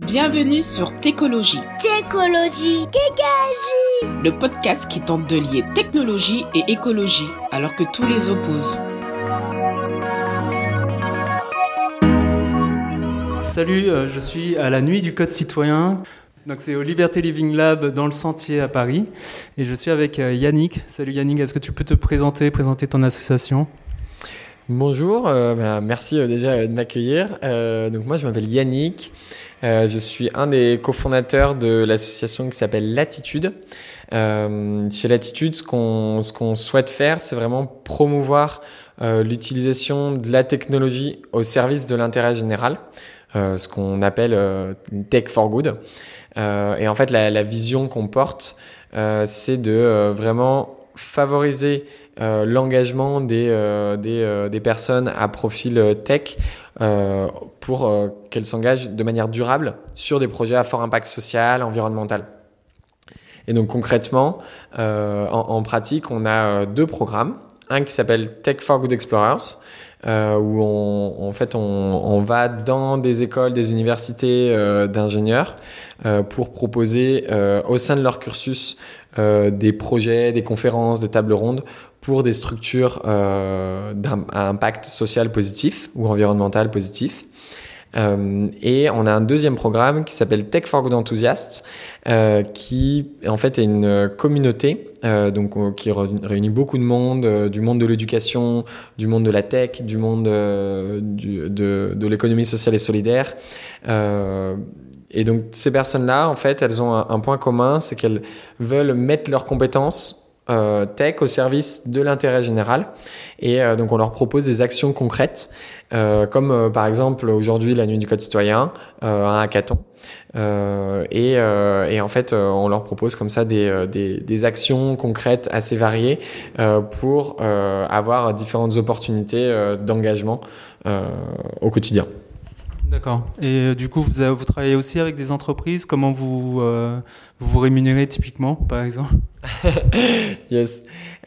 Bienvenue sur Técologie. Técologie, Kékagie. Le podcast qui tente de lier technologie et écologie, alors que tous les opposent. Salut, je suis à la Nuit du Code Citoyen. Donc c'est au Liberté Living Lab dans le Sentier à Paris. Et je suis avec Yannick. Salut Yannick, est-ce que tu peux te présenter ton association ? Bonjour, merci déjà de m'accueillir. Donc moi je m'appelle Yannick, je suis un des cofondateurs de l'association qui s'appelle Latitude. Chez Latitude, ce qu'on souhaite faire, c'est vraiment promouvoir l'utilisation de la technologie au service de l'intérêt général, ce qu'on appelle Tech for Good. Et en fait la vision qu'on porte, c'est de vraiment favoriser l'engagement des personnes à profil tech pour qu'elles s'engagent de manière durable sur des projets à fort impact social, environnemental. Et donc concrètement, en pratique, on a deux programmes. Un qui s'appelle Tech for Good Explorers, où on va dans des écoles, des universités d'ingénieurs pour proposer au sein de leur cursus des projets, des conférences, des tables rondes pour des structures à impact social positif ou environnemental positif. Et on a un deuxième programme qui s'appelle Tech for Good Enthusiasts, qui en fait est une communauté qui réunit beaucoup de monde, du monde de l'éducation, du monde de la tech, du monde de l'économie sociale et solidaire. Et donc ces personnes-là, en fait, elles ont un point commun, c'est qu'elles veulent mettre leurs compétences tech au service de l'intérêt général. Et donc on leur propose des actions concrètes, comme par exemple aujourd'hui la Nuit du Code Citoyen, un hackathon. Et en fait on leur propose comme ça des actions concrètes assez variées pour avoir différentes opportunités d'engagement au quotidien. D'accord. Et du coup, vous travaillez aussi avec des entreprises. Comment vous rémunérez typiquement, par exemple ? Yes.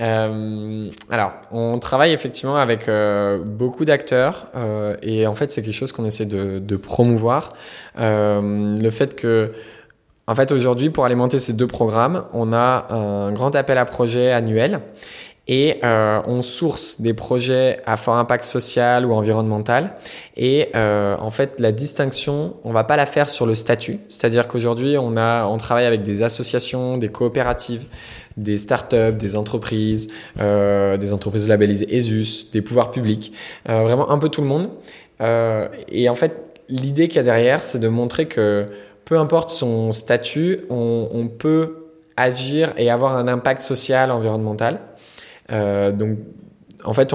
Alors, on travaille effectivement avec beaucoup d'acteurs et en fait, c'est quelque chose qu'on essaie de promouvoir. Le fait que, en fait, aujourd'hui, pour alimenter ces deux programmes, on a un grand appel à projets annuel. Et on source des projets à fort impact social ou environnemental. Et en fait, la distinction, on va pas la faire sur le statut. C'est-à-dire qu'aujourd'hui, on travaille avec des associations, des coopératives, des startups, des entreprises labellisées ESUS, des pouvoirs publics, vraiment un peu tout le monde. Et en fait, l'idée qu'il y a derrière, c'est de montrer que peu importe son statut, on peut agir et avoir un impact social, environnemental. Donc en fait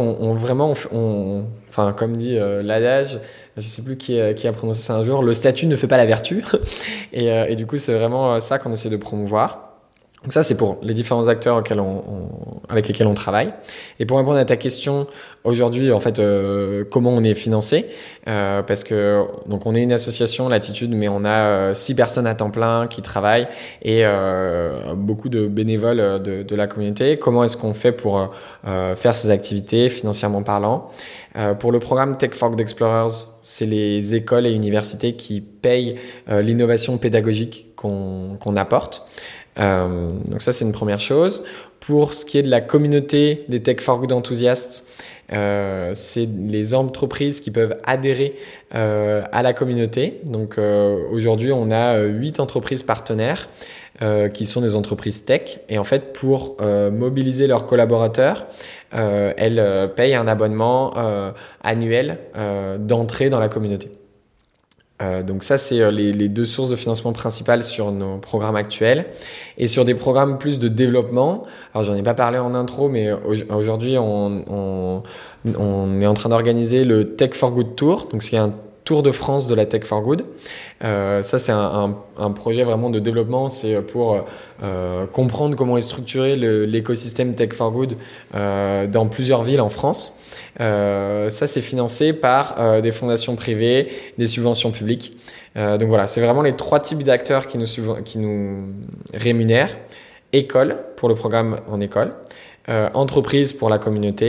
enfin comme dit l'adage, je sais plus qui a prononcé ça un jour, le statut ne fait pas la vertu. Et du coup c'est vraiment ça qu'on essaie de promouvoir. Donc ça c'est pour les différents acteurs avec lesquels on travaille. Et pour répondre à ta question, aujourd'hui en fait comment on est financé, parce que donc on est une association Latitude, mais on a 6 personnes à temps plein qui travaillent et beaucoup de bénévoles de la communauté. Comment est-ce qu'on fait pour faire ces activités financièrement parlant? Pour le programme Tech for Good Explorers, c'est les écoles et universités qui payent l'innovation pédagogique qu'on apporte. Donc ça c'est une première chose. Pour ce qui est de la communauté des Tech for Good Enthusiasts, c'est les entreprises qui peuvent adhérer à la communauté. Donc aujourd'hui on a 8 entreprises partenaires qui sont des entreprises tech. Et en fait pour mobiliser leurs collaborateurs, elles payent un abonnement annuel d'entrée dans la communauté. Donc ça c'est les deux sources de financement principales sur nos programmes actuels. Et sur des programmes plus de développement, alors j'en ai pas parlé en intro, mais aujourd'hui on est en train d'organiser le Tech for Good Tour, donc c'est un Tour de France de la Tech for Good. Ça c'est un projet vraiment de développement, c'est pour comprendre comment est structuré l'écosystème Tech for Good dans plusieurs villes en France. Ça c'est financé par des fondations privées, des subventions publiques. Donc voilà, c'est vraiment les 3 types d'acteurs qui nous rémunèrent. École pour le programme en école, entreprise pour la communauté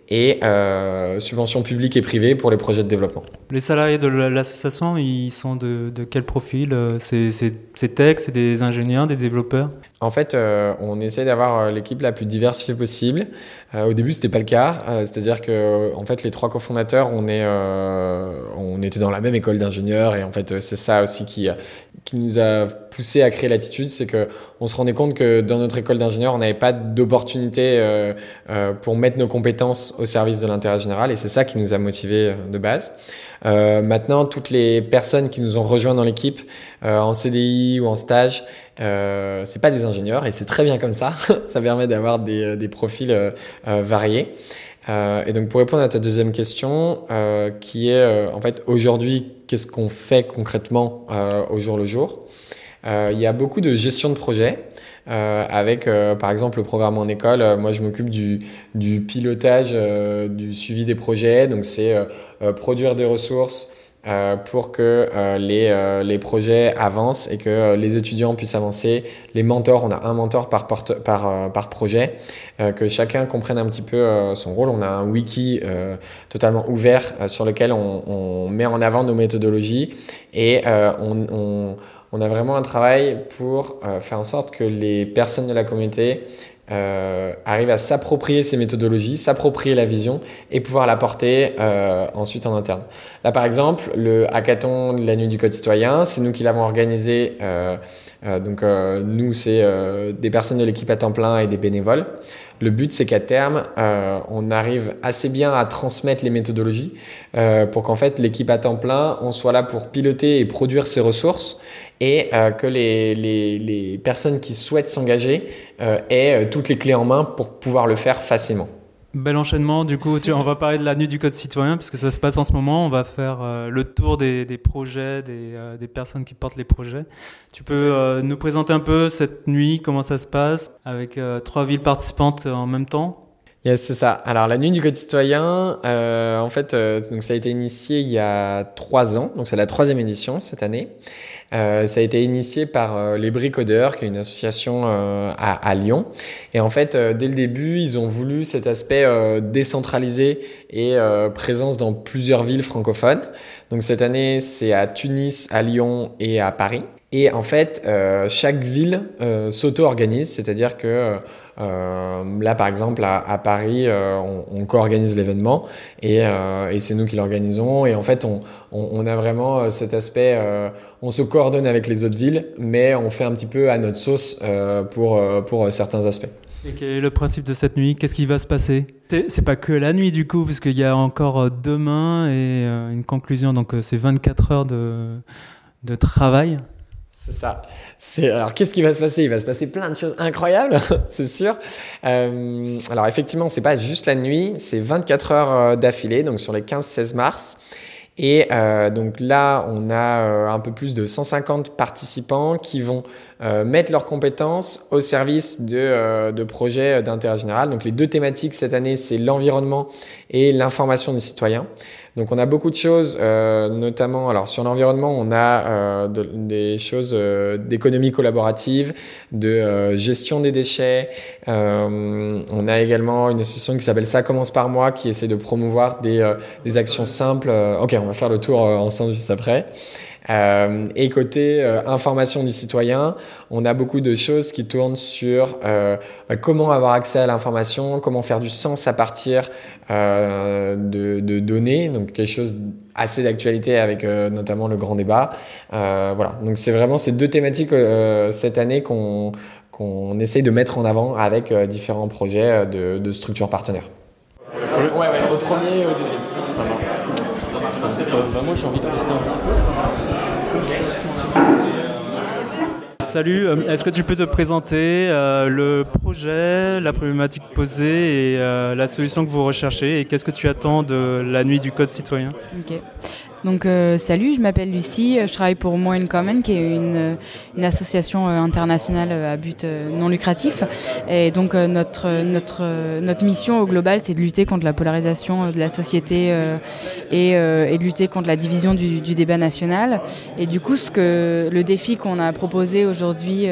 et subventions publiques et privées pour les projets de développement. Les salariés de l'association, ils sont de quel profil? C'est tech, c'est des ingénieurs, des développeurs? En fait, on essaie d'avoir l'équipe la plus diversifiée possible. Au début, c'était pas le cas. C'est-à-dire que, en fait, les 3 cofondateurs, on était dans la même école d'ingénieurs, et en fait, c'est ça aussi qui nous a poussé à créer Latitude, c'est que on se rendait compte que dans notre école d'ingénieurs, on n'avait pas d'opportunité pour mettre nos compétences au service de l'intérêt général, et c'est ça qui nous a motivés de base. Maintenant, toutes les personnes qui nous ont rejoints dans l'équipe, en CDI ou en stage, c'est pas des ingénieurs, et c'est très bien comme ça. Ça permet d'avoir des profils variés. Et donc, pour répondre à ta deuxième question, qui est en fait aujourd'hui, qu'est-ce qu'on fait concrètement au jour le jour? Il y a beaucoup de gestion de projet. Avec par exemple le programme en école, moi je m'occupe du pilotage, du suivi des projets, donc c'est produire des ressources pour que les projets avancent et que les étudiants puissent avancer. Les mentors, on a un mentor par projet, que chacun comprenne un petit peu son rôle. On a un wiki totalement ouvert sur lequel on met en avant nos méthodologies, et on a vraiment un travail pour faire en sorte que les personnes de la communauté arrivent à s'approprier ces méthodologies, s'approprier la vision et pouvoir la porter ensuite en interne. Là, par exemple, le hackathon de la Nuit du Code Citoyen, c'est nous qui l'avons organisé. Nous, c'est des personnes de l'équipe à temps plein et des bénévoles. Le but, c'est qu'à terme, on arrive assez bien à transmettre les méthodologies pour qu'en fait, l'équipe à temps plein, on soit là pour piloter et produire ces ressources, et que les personnes qui souhaitent s'engager aient toutes les clés en main pour pouvoir le faire facilement. Bel enchaînement, du coup, on va parler de la Nuit du Code Citoyen, puisque ça se passe en ce moment. On va faire le tour des projets, des personnes qui portent les projets. Tu peux nous présenter un peu cette nuit, comment ça se passe, avec 3 villes participantes en même temps? Yes, c'est ça. Alors, la Nuit du Code Citoyen, en fait, donc ça a été initié il y a 3 ans, donc c'est la 3e édition cette année. Ça a été initié par les Bricodeurs, qui est une association à Lyon. Et en fait, dès le début, ils ont voulu cet aspect décentralisé et présence dans plusieurs villes francophones. Donc cette année, c'est à Tunis, à Lyon et à Paris. Et en fait, chaque ville s'auto-organise, c'est-à-dire que là, par exemple, à Paris, on co-organise l'événement, et c'est nous qui l'organisons. Et en fait, on a vraiment cet aspect, on se coordonne avec les autres villes, mais on fait un petit peu à notre sauce pour certains aspects. Et quel est le principe de cette nuit? Qu'est-ce qui va se passer? C'est pas que la nuit, du coup, parce qu'il y a encore demain et une conclusion, donc c'est 24 heures de travail. C'est ça. Alors, qu'est-ce qui va se passer? Il va se passer plein de choses incroyables, c'est sûr. Alors, effectivement, c'est pas juste la nuit, c'est 24 heures d'affilée, donc sur les 15-16 mars. Et donc là, on a un peu plus de 150 participants qui vont mettre leurs compétences au service de projets d'intérêt général. Donc les 2 thématiques cette année, c'est l'environnement et l'information des citoyens. Donc on a beaucoup de choses, notamment alors sur l'environnement, on a des choses d'économie collaborative, de gestion des déchets. On a également une association qui s'appelle Ça commence par moi, qui essaie de promouvoir des actions simples. Ok, on va faire le tour ensemble juste après. Et côté information du citoyen, on a beaucoup de choses qui tournent sur comment avoir accès à l'information, comment faire du sens à partir de données, donc quelque chose assez d'actualité avec notamment le grand débat. Voilà, donc c'est vraiment ces 2 thématiques cette année qu'on essaye de mettre en avant avec différents projets de structures partenaires. Ouais, au premier et au deuxième. Ça marche. Moi j'ai envie de rester un petit peu. Salut, est-ce que tu peux te présenter le projet, la problématique posée et la solution que vous recherchez, et qu'est-ce que tu attends de la Nuit du Code Citoyen? Ok. Donc salut, je m'appelle Lucie, je travaille pour More in Common, qui est une association internationale à but non lucratif. Et donc notre mission au global, c'est de lutter contre la polarisation de la société et de lutter contre la division du débat national. Et du coup, le défi qu'on a proposé aujourd'hui,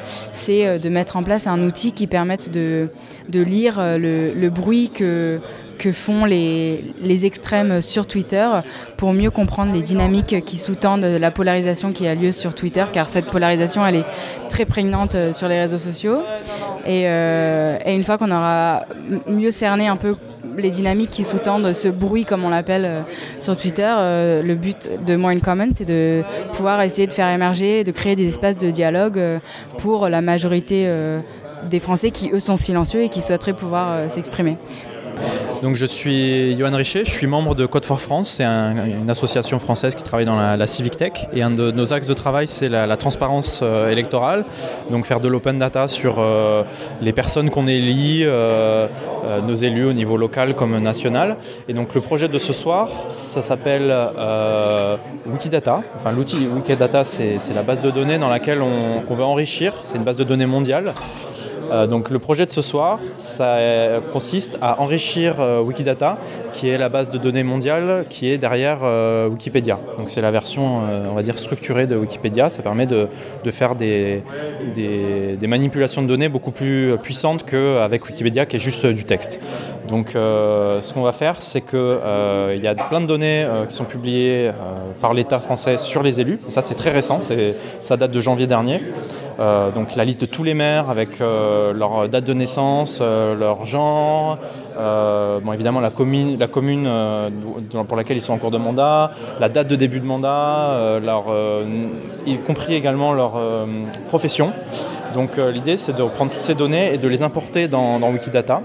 c'est de mettre en place un outil qui permette de lire le bruit que que font les extrêmes sur Twitter pour mieux comprendre les dynamiques qui sous-tendent la polarisation qui a lieu sur Twitter, car cette polarisation, elle est très prégnante sur les réseaux sociaux. Et une fois qu'on aura mieux cerné un peu les dynamiques qui sous-tendent ce bruit, comme on l'appelle sur Twitter, le but de More in Common, c'est de pouvoir essayer de faire émerger, de créer des espaces de dialogue pour la majorité des Français qui, eux, sont silencieux et qui souhaiteraient pouvoir s'exprimer. Donc je suis Johan Richer, je suis membre de Code for France, c'est une association française qui travaille dans la civic tech, et un de nos axes de travail c'est la transparence électorale, donc faire de l'open data sur les personnes qu'on élit, nos élus au niveau local comme national. Et donc le projet de ce soir, ça s'appelle Wikidata. Enfin, l'outil Wikidata, c'est la base de données dans laquelle qu'on veut enrichir, c'est une base de données mondiale. Donc le projet de ce soir, ça consiste à enrichir Wikidata, qui est la base de données mondiale qui est derrière Wikipédia. Donc c'est la version, on va dire, structurée de Wikipédia. Ça permet de faire des manipulations de données beaucoup plus puissantes qu'avec Wikipédia, qui est juste du texte. Donc ce qu'on va faire, c'est qu'il y a plein de données qui sont publiées par l'État français sur les élus. Ça, c'est très récent, ça date de janvier dernier. Donc la liste de tous les maires avec leur date de naissance, leur genre, évidemment la commune pour laquelle ils sont en cours de mandat, la date de début de mandat, y compris également leur profession. Donc l'idée, c'est de prendre toutes ces données et de les importer dans Wikidata.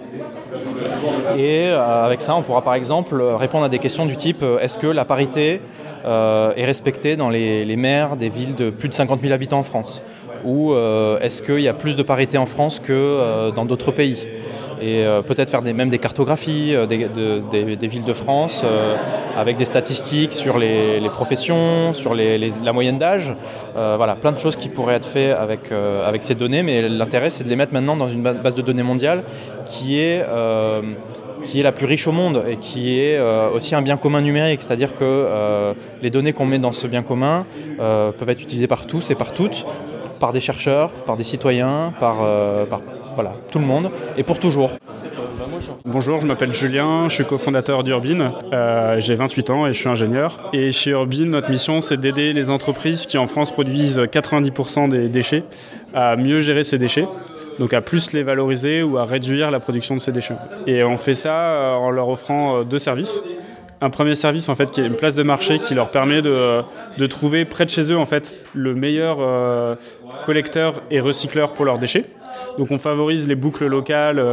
Et avec ça, on pourra par exemple répondre à des questions du type est-ce que la parité est respectée dans les maires des villes de plus de 50 000 habitants en France ? Ou est-ce qu'il y a plus de parité en France que dans d'autres pays ? Et peut-être faire même des cartographies des villes de France avec des statistiques sur les professions, sur la moyenne d'âge. Voilà, plein de choses qui pourraient être faites avec ces données, mais l'intérêt c'est de les mettre maintenant dans une base de données mondiale qui est la plus riche au monde et qui est aussi un bien commun numérique, c'est-à-dire que les données qu'on met dans ce bien commun peuvent être utilisées par tous et par toutes, par des chercheurs, par des citoyens, par tout le monde, et pour toujours. Bonjour, je m'appelle Julien, je suis cofondateur d'Urbine, j'ai 28 ans et je suis ingénieur. Et chez Urbine, notre mission, c'est d'aider les entreprises qui en France produisent 90% des déchets à mieux gérer ces déchets, donc à plus les valoriser ou à réduire la production de ces déchets. Et on fait ça en leur offrant deux services. Un premier service en fait, qui est une place de marché qui leur permet de trouver près de chez eux en fait, le meilleur collecteur et recycleur pour leurs déchets. Donc on favorise les boucles locales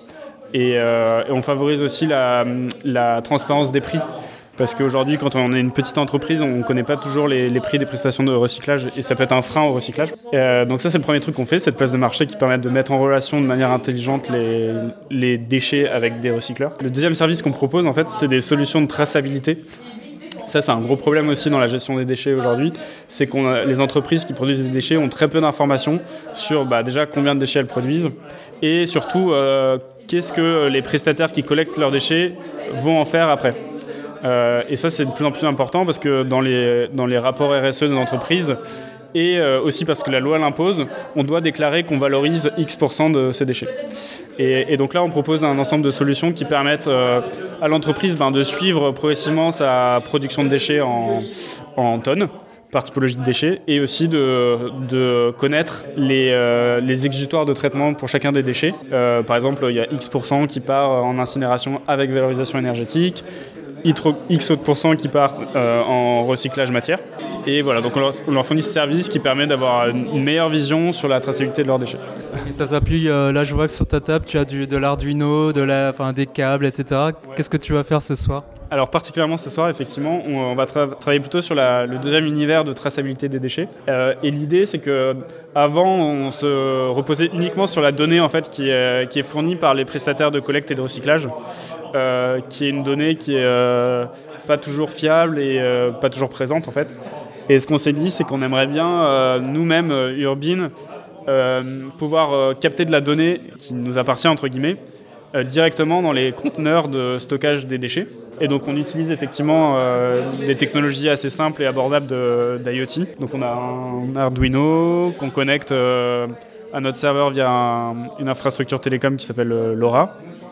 et on favorise aussi la transparence des prix. Parce qu'aujourd'hui, quand on est une petite entreprise, on ne connaît pas toujours les prix des prestations de recyclage et ça peut être un frein au recyclage. Donc ça, c'est le premier truc qu'on fait, cette place de marché qui permet de mettre en relation de manière intelligente les déchets avec des recycleurs. Le deuxième service qu'on propose, en fait, c'est des solutions de traçabilité. Ça, c'est un gros problème aussi dans la gestion des déchets aujourd'hui. C'est que les entreprises qui produisent des déchets ont très peu d'informations sur déjà combien de déchets elles produisent et surtout qu'est-ce que les prestataires qui collectent leurs déchets vont en faire après. Et ça, c'est de plus en plus important parce que dans les rapports RSE de l'entreprise et aussi parce que la loi l'impose, on doit déclarer qu'on valorise X% de ces déchets. Et donc là, on propose un ensemble de solutions qui permettent à l'entreprise de suivre progressivement sa production de déchets en tonnes par typologie de déchets et aussi de connaître les exutoires de traitement pour chacun des déchets. Par exemple, il y a X% qui part en incinération avec valorisation énergétique, X autres % qui partent en recyclage matière. Et voilà, donc on leur fournit ce service qui permet d'avoir une meilleure vision sur la traçabilité de leurs déchets. Et ça s'appuie, là je vois que sur ta table tu as de l'Arduino, des câbles, etc. Ouais. Qu'est-ce que tu vas faire ce soir ? Alors particulièrement ce soir, effectivement, on va travailler plutôt sur le deuxième univers de traçabilité des déchets. Et l'idée, c'est que avant, on se reposait uniquement sur la donnée en fait qui est fournie par les prestataires de collecte et de recyclage, qui est une donnée qui est pas toujours fiable et pas toujours présente en fait. Et ce qu'on s'est dit, c'est qu'on aimerait bien nous-mêmes, Urbine, pouvoir capter de la donnée qui nous appartient entre guillemets directement dans les conteneurs de stockage des déchets. Et donc on utilise effectivement des technologies assez simples et abordables d'IoT. Donc on a un Arduino qu'on connecte à notre serveur via une infrastructure télécom qui s'appelle LoRa.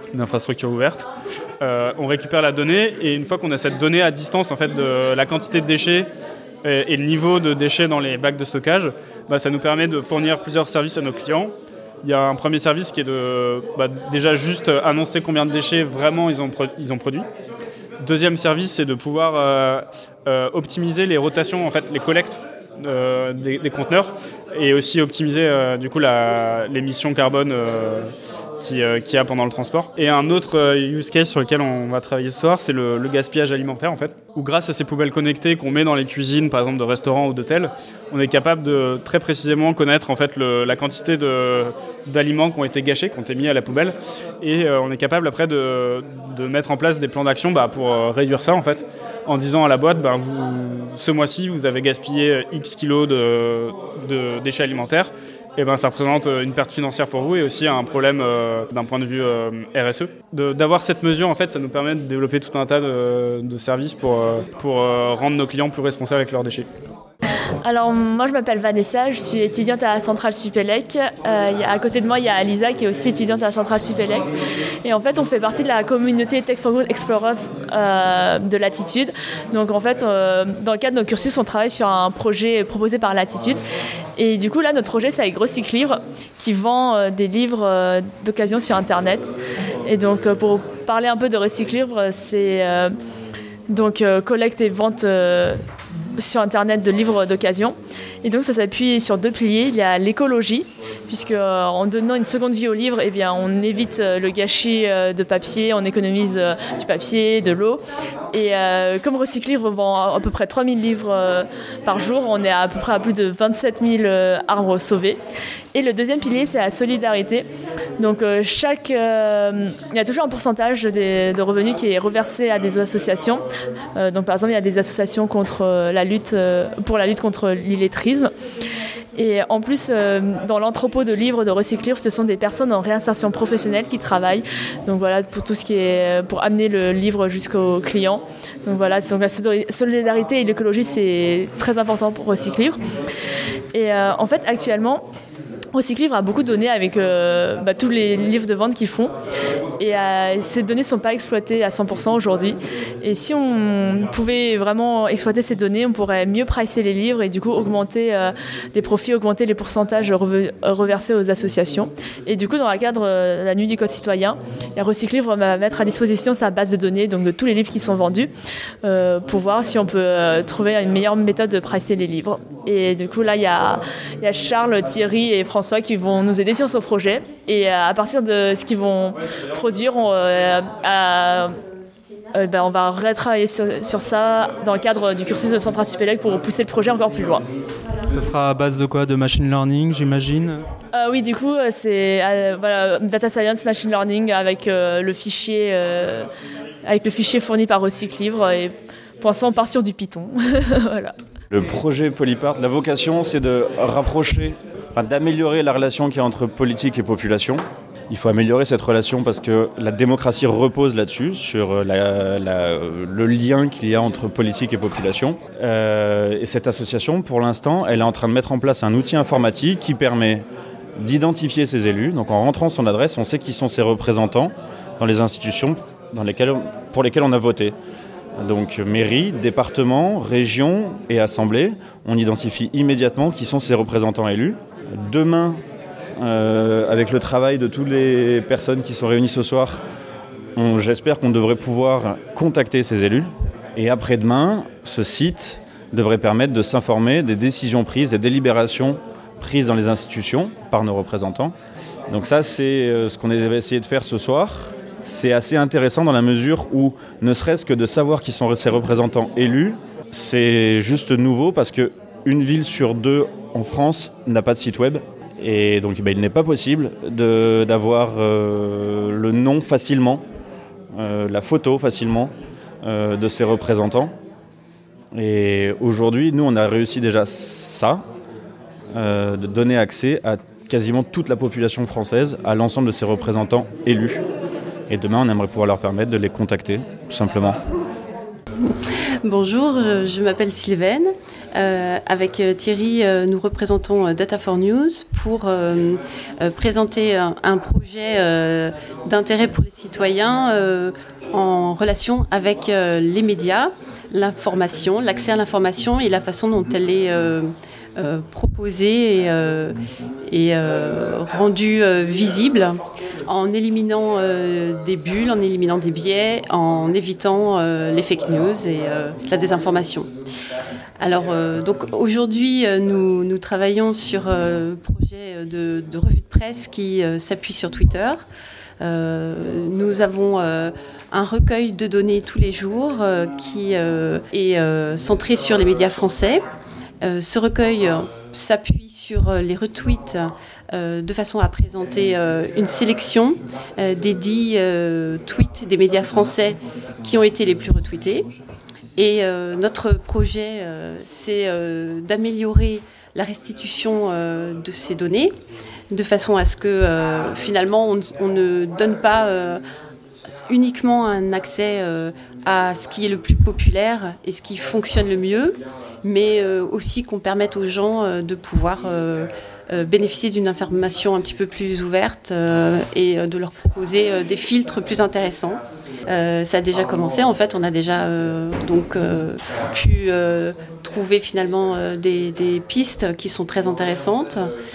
une infrastructure ouverte. On récupère la donnée et une fois qu'on a cette donnée à distance en fait, de la quantité de déchets et le niveau de déchets dans les bacs de stockage, ça nous permet de fournir plusieurs services à nos clients. Il y a un premier service qui est de déjà juste annoncer combien de déchets vraiment ils ont produit. Deuxième service, c'est de pouvoir optimiser les rotations, en fait, les collectes des conteneurs et aussi optimiser du coup l'émission carbone qu'il y a pendant le transport. Et un autre use case sur lequel on va travailler ce soir, c'est le gaspillage alimentaire en fait, où grâce à ces poubelles connectées qu'on met dans les cuisines, par exemple de restaurants ou d'hôtels, on est capable de très précisément connaître en fait la quantité d'aliments qui ont été gâchés, qui ont été mis à la poubelle, et on est capable après de mettre en place des plans d'action pour réduire ça en fait, en disant à la boîte, ce mois-ci vous avez gaspillé X kilos de déchets alimentaires. Et ça représente une perte financière pour vous et aussi un problème d'un point de vue RSE. D'avoir cette mesure, en fait, ça nous permet de développer tout un tas de services pour rendre nos clients plus responsables avec leurs déchets. Alors moi je m'appelle Vanessa, je suis étudiante à la Centrale Supélec. À côté de moi il y a Alisa qui est aussi étudiante à la Centrale Supélec. Et en fait on fait partie de la communauté Tech for Good Explorers de Latitude. Donc en fait dans le cadre de nos cursus on travaille sur un projet proposé par Latitude. Et du coup là notre projet c'est avec Recyclivre qui vend des livres d'occasion sur internet. Et donc pour parler un peu de Recyclivre, c'est collecte et vente sur internet de livres d'occasion. Et donc ça s'appuie sur deux piliers. Il y a l'écologie, puisque en donnant une seconde vie aux livres, on évite le gâchis de papier, on économise du papier, de l'eau. Et comme Recyclivre vend à peu près 3000 livres par jour, on est à peu près à plus de 27 000 arbres sauvés. Et le deuxième pilier, c'est la solidarité. Donc il y a toujours un pourcentage de revenus qui est reversé à des associations. Donc par exemple, il y a des associations pour la lutte contre l'illettrisme. Et en plus, dans l'entrepôt de livres de Recyclivre, ce sont des personnes en réinsertion professionnelle qui travaillent. Donc voilà, pour tout ce qui est pour amener le livre jusqu'au client. Donc voilà, donc la solidarité et l'écologie, c'est très important pour Recyclivre. Et en fait, actuellement, Recyclivre a beaucoup de données avec tous les livres de vente qu'ils font et ces données ne sont pas exploitées à 100% aujourd'hui et si on pouvait vraiment exploiter ces données on pourrait mieux pricer les livres et du coup augmenter les profits, augmenter les pourcentages reversés aux associations et du coup dans le cadre de la nuit du code citoyen, Recyclivre va mettre à disposition sa base de données donc de tous les livres qui sont vendus pour voir si on peut trouver une meilleure méthode de pricer les livres et du coup là il y a Charles, Thierry et François qui vont nous aider sur ce projet et à partir de ce qu'ils vont produire on va retravailler sur ça dans le cadre du cursus de Centrale Supélec pour pousser le projet encore plus loin. Ça sera à base de quoi? De machine learning, j'imagine? Oui, du coup, c'est data science, machine learning avec le fichier fourni par Recyclivre et pour l'instant on part sur du Python. Voilà. Le projet Polypart, la vocation, c'est de d'améliorer la relation qu'il y a entre politique et population. Il faut améliorer cette relation parce que la démocratie repose là-dessus, sur le lien qu'il y a entre politique et population. Et cette association, pour l'instant, elle est en train de mettre en place un outil informatique qui permet d'identifier ses élus. Donc en rentrant son adresse, on sait qui sont ses représentants dans les institutions pour lesquelles on a voté. Donc mairie, département, région et assemblée, on identifie immédiatement qui sont ces représentants élus. Demain, avec le travail de toutes les personnes qui sont réunies ce soir, j'espère qu'on devrait pouvoir contacter ces élus. Et après-demain, ce site devrait permettre de s'informer des décisions prises, des délibérations prises dans les institutions par nos représentants. Donc ça, c'est ce qu'on va essayer de faire ce soir. C'est assez intéressant dans la mesure où, ne serait-ce que de savoir qui sont ces représentants élus, c'est juste nouveau parce qu'une ville sur deux en France n'a pas de site web. Et donc il n'est pas possible d'avoir le nom facilement, la photo facilement de ces représentants. Et aujourd'hui, nous, on a réussi déjà ça, de donner accès à quasiment toute la population française, à l'ensemble de ces représentants élus. Et demain, on aimerait pouvoir leur permettre de les contacter, tout simplement. Bonjour, je m'appelle Sylvaine. Avec Thierry, nous représentons Data4News pour présenter un projet d'intérêt pour les citoyens en relation avec les médias, l'information, l'accès à l'information et la façon dont elle est proposée et rendue visible en éliminant des bulles, en éliminant des biais, en évitant les fake news et la désinformation. Alors, donc aujourd'hui, nous travaillons sur un projet de revue de presse qui s'appuie sur Twitter. Nous avons un recueil de données tous les jours qui est centré sur les médias français. Ce recueil s'appuie sur les retweets de façon à présenter une sélection des 10 tweets des médias français qui ont été les plus retweetés. Et notre projet, c'est d'améliorer la restitution de ces données de façon à ce que finalement on ne donne pas uniquement un accès à ce qui est le plus populaire et ce qui fonctionne le mieux, mais aussi qu'on permette aux gens de pouvoir bénéficier d'une information un petit peu plus ouverte et de leur proposer des filtres plus intéressants. Ça a déjà commencé, en fait, on a déjà pu trouver finalement des pistes qui sont très intéressantes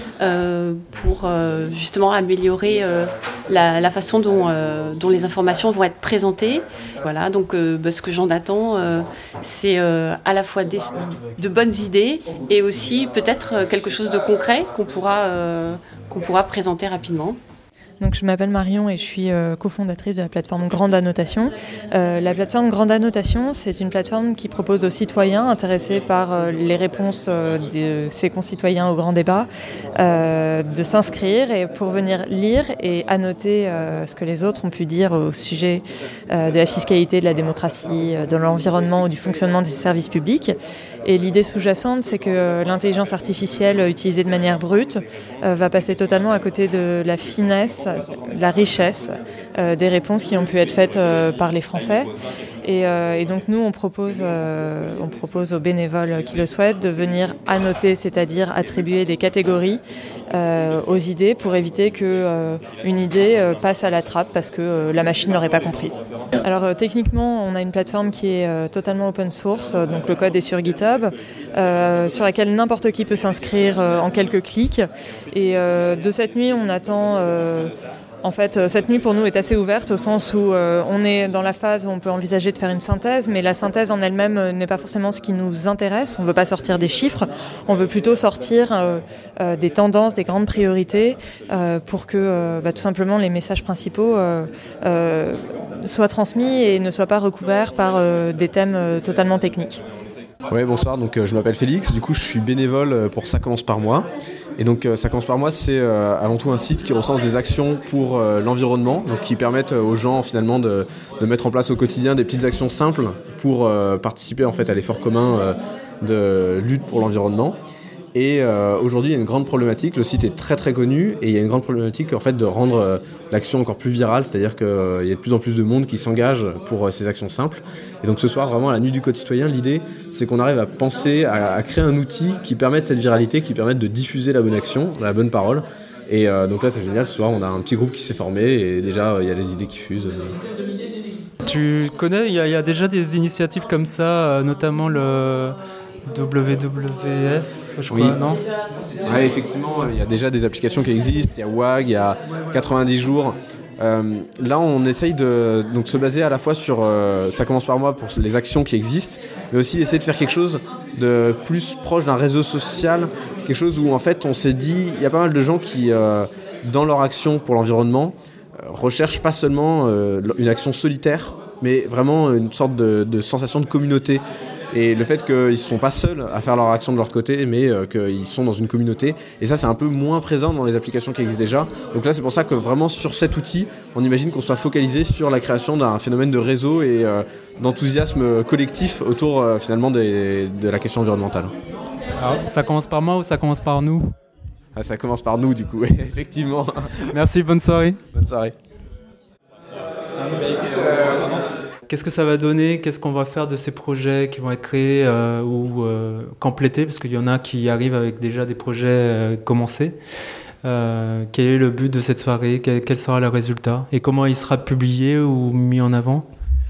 pour justement améliorer la façon dont les informations vont être présentées. Voilà, donc ce que j'en attends, c'est à la fois de bonnes idées et aussi peut-être quelque chose de concret qu'on pourra présenter rapidement. Donc, je m'appelle Marion et je suis cofondatrice de la plateforme Grande Annotation. La plateforme Grande Annotation, c'est une plateforme qui propose aux citoyens intéressés par les réponses de ses concitoyens au grand débat de s'inscrire et pour venir lire et annoter ce que les autres ont pu dire au sujet de la fiscalité, de la démocratie, de l'environnement ou du fonctionnement des services publics. Et l'idée sous-jacente, c'est que l'intelligence artificielle utilisée de manière brute va passer totalement à côté de la finesse, la richesse des réponses qui ont pu être faites par les Français. Et donc nous, on propose aux bénévoles qui le souhaitent de venir annoter, c'est-à-dire attribuer des catégories aux idées pour éviter qu'une idée passe à la trappe parce que la machine ne l'aurait pas comprise. Alors techniquement, on a une plateforme qui est totalement open source, donc le code est sur GitHub, sur laquelle n'importe qui peut s'inscrire en quelques clics. Et de cette nuit, on attend... En fait, cette nuit pour nous est assez ouverte au sens où on est dans la phase où on peut envisager de faire une synthèse, mais la synthèse en elle-même n'est pas forcément ce qui nous intéresse. On ne veut pas sortir des chiffres, on veut plutôt sortir des tendances, des grandes priorités pour que tout simplement les messages principaux soient transmis et ne soient pas recouverts par des thèmes totalement techniques. Ouais, bonsoir, donc je m'appelle Félix, du coup je suis bénévole pour Ça commence par moi. Et donc Ça commence par moi, c'est avant tout un site qui recense des actions pour l'environnement, donc qui permettent aux gens finalement de mettre en place au quotidien des petites actions simples pour participer en fait à l'effort commun de lutte pour l'environnement. Et aujourd'hui, il y a une grande problématique. Le site est très très connu et il y a une grande problématique en fait de rendre l'action encore plus virale, c'est-à-dire qu'il y a de plus en plus de monde qui s'engage pour ces actions simples. Et donc ce soir, vraiment à la nuit du Code citoyen, l'idée c'est qu'on arrive à penser, à créer un outil qui permette cette viralité, qui permette de diffuser la bonne action, la bonne parole. Et donc là c'est génial, ce soir on a un petit groupe qui s'est formé et déjà il y a des idées qui fusent. Tu connais, il y a déjà des initiatives comme ça, notamment le WWF, je crois, non ? Oui, effectivement, il y a déjà des applications qui existent, il y a WAG, il y a 90 jours. Là, on essaye de se baser à la fois sur Ça commence par moi pour les actions qui existent, mais aussi essayer de faire quelque chose de plus proche d'un réseau social, quelque chose où en fait on s'est dit, il y a pas mal de gens qui, dans leur action pour l'environnement, recherchent pas seulement une action solitaire, mais vraiment une sorte de sensation de communauté. Et le fait qu'ils ne sont pas seuls à faire leur action de leur côté, mais qu'ils sont dans une communauté. Et ça, c'est un peu moins présent dans les applications qui existent déjà. Donc là, c'est pour ça que vraiment sur cet outil, on imagine qu'on soit focalisé sur la création d'un phénomène de réseau et d'enthousiasme collectif autour finalement de la question environnementale. Alors, ça commence par moi ou ça commence par nous ? Ça commence par nous, du coup, effectivement. Merci, bonne soirée. Bonne soirée. Qu'est-ce que ça va donner? Qu'est-ce qu'on va faire de ces projets qui vont être créés ou complétés? Parce qu'il y en a qui arrivent avec déjà des projets commencés. Quel est le but de cette soirée? Quel sera le résultat? Et comment il sera publié ou mis en avant?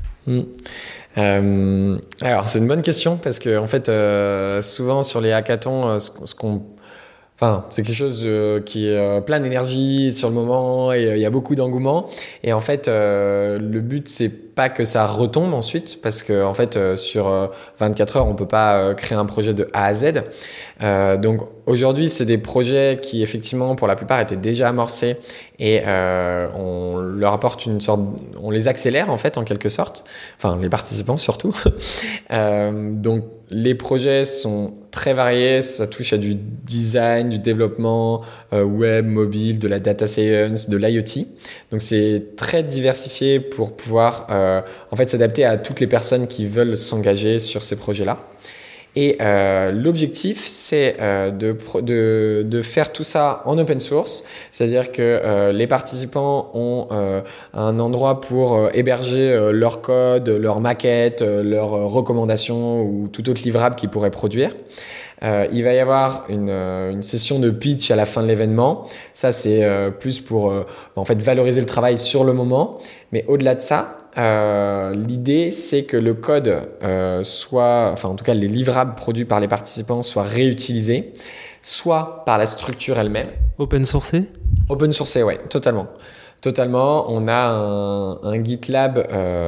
Alors, c'est une bonne question parce que, en fait, souvent sur les hackathons, c'est quelque chose qui est plein d'énergie sur le moment et il y a beaucoup d'engouement. Et en fait, le but, c'est pas que ça retombe ensuite parce que, en fait, sur 24 heures, on peut pas créer un projet de A à Z. Donc, aujourd'hui, c'est des projets qui, effectivement, pour la plupart, étaient déjà amorcés et on leur apporte on les accélère, en fait, en quelque sorte. Enfin, les participants, surtout. Donc, les projets sont très variés, ça touche à du design, du développement web, mobile, de la data science, de l'IoT. Donc c'est très diversifié pour pouvoir en fait s'adapter à toutes les personnes qui veulent s'engager sur ces projets-là. Et l'objectif, c'est de faire tout ça en open source, c'est-à-dire que les participants ont un endroit pour héberger leur code, leur maquette, leurs recommandations ou tout autre livrable qu'ils pourraient produire. Il va y avoir une session de pitch à la fin de l'événement. Ça, c'est plus pour en fait valoriser le travail sur le moment. Mais au-delà de ça, l'idée, c'est que le code en tout cas les livrables produits par les participants soient réutilisés, soit par la structure elle-même. Open sourcé? Open sourcé, ouais, totalement. Totalement, on a un GitLab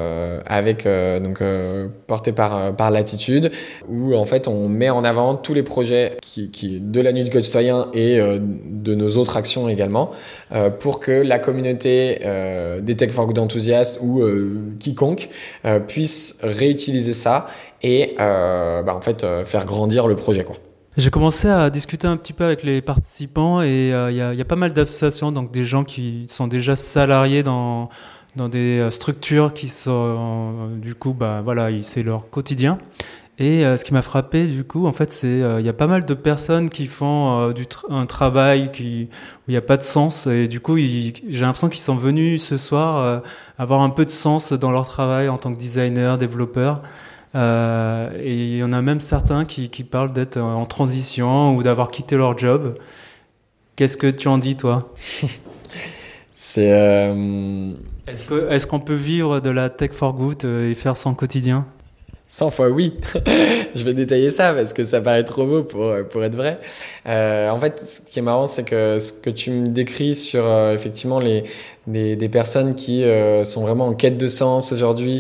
porté par Latitude où en fait on met en avant tous les projets qui de la Nuit du Code Citoyen et de nos autres actions également pour que la communauté des Tech for Good enthousiastes ou quiconque puisse réutiliser ça et en fait faire grandir le projet, quoi. J'ai commencé à discuter un petit peu avec les participants et il y a pas mal d'associations, donc des gens qui sont déjà salariés dans des structures qui sont du coup c'est leur quotidien. Et ce qui m'a frappé du coup en fait c'est il y a pas mal de personnes qui font un travail où il n'y a pas de sens et du coup j'ai l'impression qu'ils sont venus ce soir avoir un peu de sens dans leur travail en tant que designer, développeur. Et il y en a même certains qui parlent d'être en transition ou d'avoir quitté leur job. Qu'est-ce que tu en dis, toi? Est-ce qu'on peut vivre de la Tech for Good et faire son quotidien? 100 fois oui. Je vais détailler ça parce que ça paraît trop beau pour être vrai. En fait, ce qui est marrant, c'est que ce que tu me décris sur effectivement des personnes qui sont vraiment en quête de sens aujourd'hui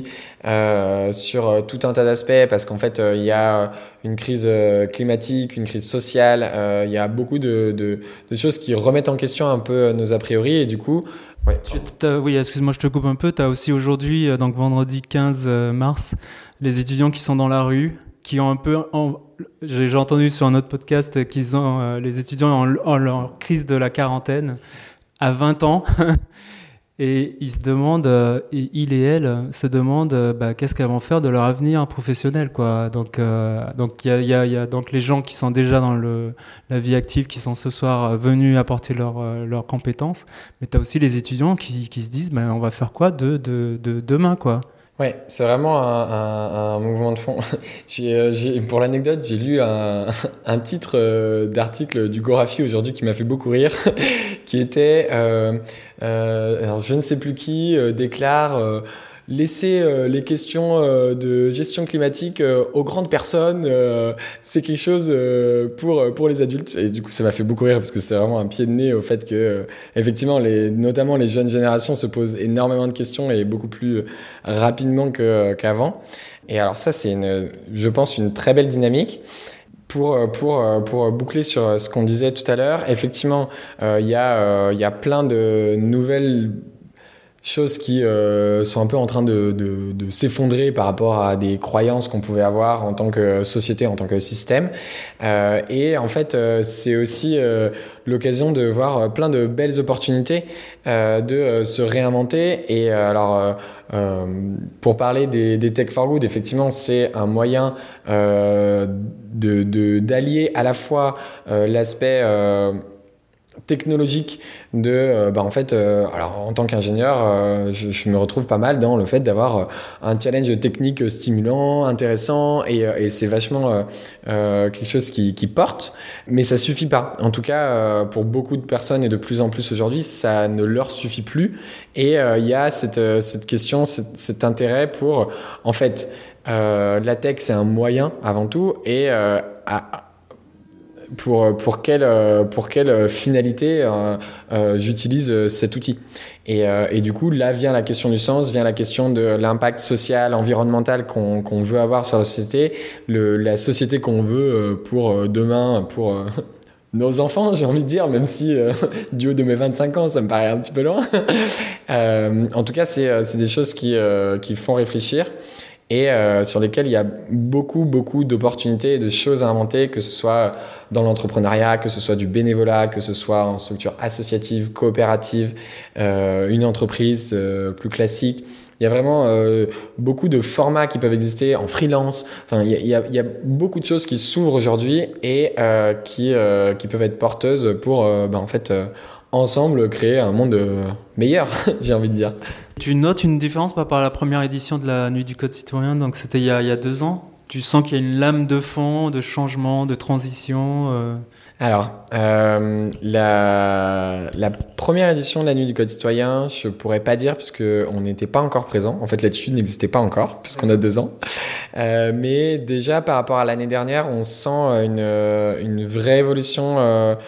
sur tout un tas d'aspects parce qu'en fait, il y a une crise climatique, une crise sociale, il y a beaucoup de choses qui remettent en question un peu nos a priori et du coup... Ouais. Oui, excuse-moi, je te coupe un peu. Tu as aussi aujourd'hui, donc vendredi 15 mars, les étudiants qui sont dans la rue, qui ont un peu... J'ai entendu sur un autre podcast qu'ils ont les étudiants ont leur crise de la quarantaine à 20 ans. Et ils se demandent, il et elle se demandent qu'est-ce qu'elles vont faire de leur avenir professionnel, quoi. Donc il y a donc les gens qui sont déjà dans la vie active, qui sont ce soir venus apporter leurs compétences, mais tu as aussi les étudiants qui se disent on va faire quoi de demain, quoi. Ouais, c'est vraiment un mouvement de fond. Pour l'anecdote, j'ai lu un titre d'article du Gorafi aujourd'hui qui m'a fait beaucoup rire, qui était, alors je ne sais plus qui déclare laisser les questions de gestion climatique aux grandes personnes, c'est quelque chose pour les adultes. Et du coup, ça m'a fait beaucoup rire parce que c'était vraiment un pied de nez au fait que, effectivement, notamment les jeunes générations se posent énormément de questions et beaucoup plus rapidement qu'avant. Et alors ça, c'est je pense, une très belle dynamique. Pour boucler sur ce qu'on disait tout à l'heure, effectivement, il y a plein de nouvelles choses qui sont un peu en train de s'effondrer par rapport à des croyances qu'on pouvait avoir en tant que société, en tant que système. Et en fait, c'est aussi l'occasion de voir plein de belles opportunités de se réinventer. Et alors, pour parler des Tech for Good, effectivement, c'est un moyen d'allier à la fois l'aspect technologique de en fait alors en tant qu'ingénieur je me retrouve pas mal dans le fait d'avoir un challenge technique stimulant, intéressant et c'est vachement quelque chose qui porte, mais ça suffit pas. En tout cas pour beaucoup de personnes et de plus en plus aujourd'hui, ça ne leur suffit plus et il y a cette question, cet intérêt pour en fait la tech c'est un moyen avant tout et pour quelle finalité j'utilise cet outil et du coup là vient la question du sens, vient la question de l'impact social, environnemental qu'on veut avoir sur la société, la société qu'on veut pour demain, pour nos enfants, j'ai envie de dire, même si du haut de mes 25 ans ça me paraît un petit peu loin. En tout cas c'est des choses qui font réfléchir et sur lesquels il y a beaucoup d'opportunités et de choses à inventer, que ce soit dans l'entrepreneuriat, que ce soit du bénévolat, que ce soit en structure associative, coopérative, une entreprise plus classique. Il y a vraiment beaucoup de formats qui peuvent exister en freelance. Enfin, il y a beaucoup de choses qui s'ouvrent aujourd'hui et qui peuvent être porteuses pour en fait ensemble créer un monde meilleur, j'ai envie de dire. Tu notes une différence par rapport à la première édition de la Nuit du Code Citoyen, donc c'était il y a 2 ans. Tu sens qu'il y a une lame de fond, de changement, de transition Alors, la première édition de la Nuit du Code Citoyen, je pourrais pas dire puisqu'on n'était pas encore présent. En fait, l'étude n'existait pas encore puisqu'on a 2 ans. Mais déjà, par rapport à l'année dernière, on sent une vraie évolution.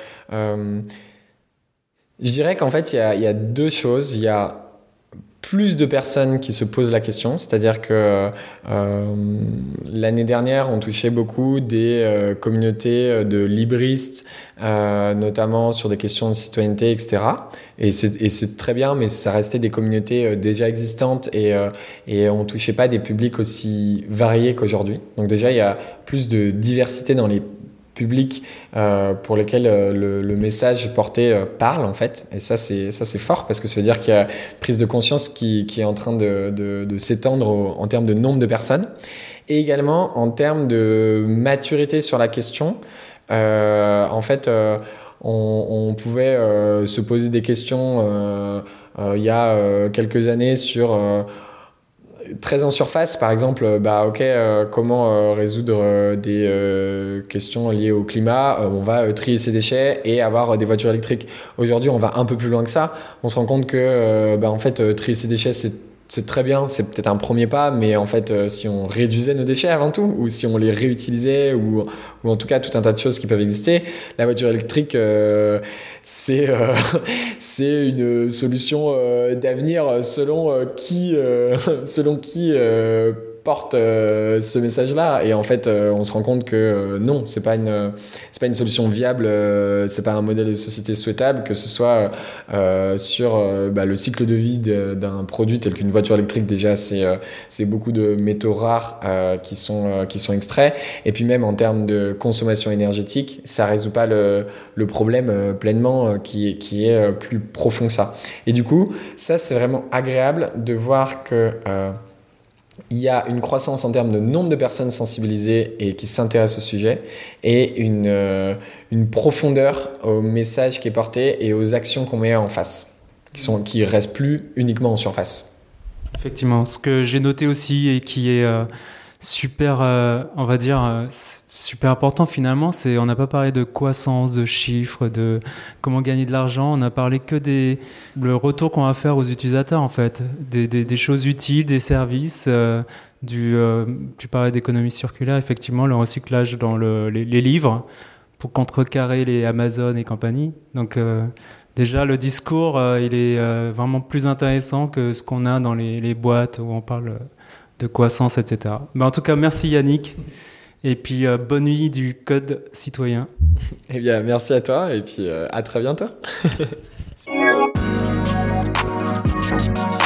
Je dirais qu'en fait, il y a 2 choses. Il y a plus de personnes qui se posent la question, c'est-à-dire que l'année dernière, on touchait beaucoup des communautés de libristes, notamment sur des questions de citoyenneté, etc. Et c'est très bien, mais ça restait des communautés déjà existantes et on touchait pas des publics aussi variés qu'aujourd'hui. Donc déjà, il y a plus de diversité dans les publics pour lesquels le message porté parle en fait, et ça c'est fort parce que ça veut dire qu'il y a une prise de conscience qui est en train de s'étendre en termes de nombre de personnes et également en termes de maturité sur la question. En fait on pouvait se poser des questions il y a quelques années sur très en surface, par exemple, comment résoudre des questions liées au climat, on va trier ses déchets et avoir des voitures électriques. Aujourd'hui, on va un peu plus loin que ça. On se rend compte que en fait, trier ses déchets, c'est très bien, c'est peut-être un premier pas, mais en fait, si on réduisait nos déchets avant tout, ou si on les réutilisait, ou en tout cas tout un tas de choses qui peuvent exister, la voiture électrique, c'est une solution d'avenir selon qui porte ce message-là. Et en fait, on se rend compte que non, c'est pas une solution viable, c'est pas un modèle de société souhaitable, que ce soit sur le cycle de vie d'un produit tel qu'une voiture électrique. Déjà, c'est beaucoup de métaux rares qui sont extraits. Et puis même en termes de consommation énergétique, ça résout pas le problème pleinement qui est plus profond que ça. Et du coup, ça, c'est vraiment agréable de voir que il y a une croissance en termes de nombre de personnes sensibilisées et qui s'intéressent au sujet et une profondeur au message qui est porté et aux actions qu'on met en face, qui restent plus uniquement en surface. Effectivement, ce que j'ai noté aussi et qui est super, on va dire, super important finalement, c'est on n'a pas parlé de croissance, de chiffres, de comment gagner de l'argent, on a parlé que le retour qu'on va faire aux utilisateurs en fait, des choses utiles, des services, tu parlais d'économie circulaire, effectivement, le recyclage dans les livres pour contrecarrer les Amazon et compagnie. Donc déjà le discours il est vraiment plus intéressant que ce qu'on a dans les boîtes où on parle de croissance, etc. Mais en tout cas, merci Yannick. Et puis, bonne nuit du Code Citoyen. Eh bien, merci à toi et puis à très bientôt.